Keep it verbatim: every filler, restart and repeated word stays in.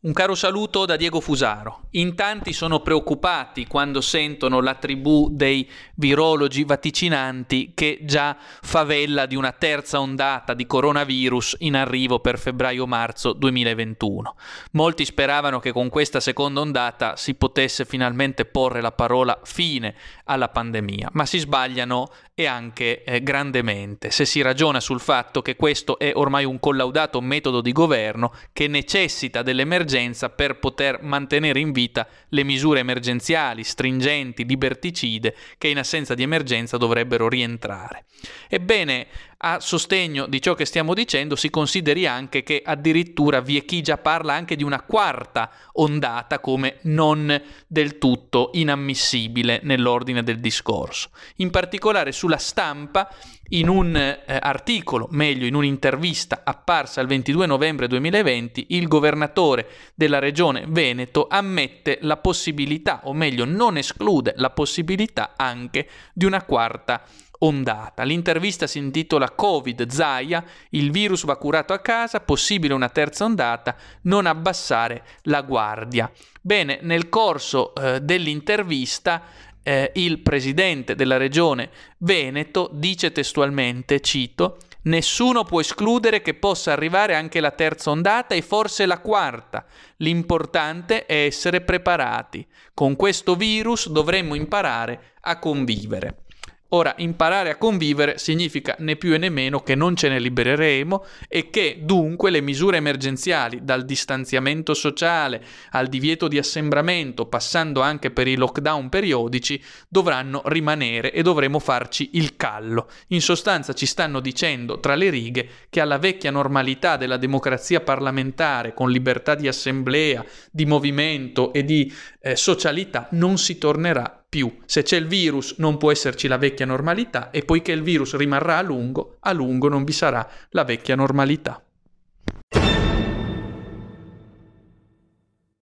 Un caro saluto da Diego Fusaro. In tanti sono preoccupati quando sentono la tribù dei virologi vaticinanti che già favella di una terza ondata di coronavirus in arrivo per febbraio-marzo duemilaventuno. Molti speravano che con questa seconda ondata si potesse finalmente porre la parola fine alla pandemia, ma si sbagliano e anche eh, grandemente se si ragiona sul fatto che questo è ormai un collaudato metodo di governo che necessita dell'emergenza per poter mantenere in vita le misure emergenziali, stringenti, liberticide che in assenza di emergenza dovrebbero rientrare. Ebbene, a sostegno di ciò che stiamo dicendo si consideri anche che addirittura vi è chi già parla anche di una quarta ondata come non del tutto inammissibile nell'ordine del discorso. In particolare sulla Stampa, in un eh, articolo, meglio in un'intervista apparsa il ventidue novembre duemilaventi, il governatore della regione Veneto ammette la possibilità, o meglio non esclude la possibilità anche di una quarta ondata. L'intervista si intitola Covid, Zaia, il virus va curato a casa, possibile una terza ondata, non abbassare la guardia. Bene, nel corso eh, dell'intervista eh, il presidente della regione Veneto dice testualmente, cito, nessuno può escludere che possa arrivare anche la terza ondata e forse la quarta. L'importante è essere preparati. Con questo virus dovremmo imparare a convivere. Ora, imparare a convivere significa né più né meno che non ce ne libereremo e che dunque le misure emergenziali, dal distanziamento sociale al divieto di assembramento, passando anche per i lockdown periodici, dovranno rimanere e dovremo farci il callo. In sostanza ci stanno dicendo tra le righe che alla vecchia normalità della democrazia parlamentare, con libertà di assemblea, di movimento e di eh, socialità, non si tornerà più. Se c'è il virus non può esserci la vecchia normalità e poiché il virus rimarrà a lungo, a lungo non vi sarà la vecchia normalità.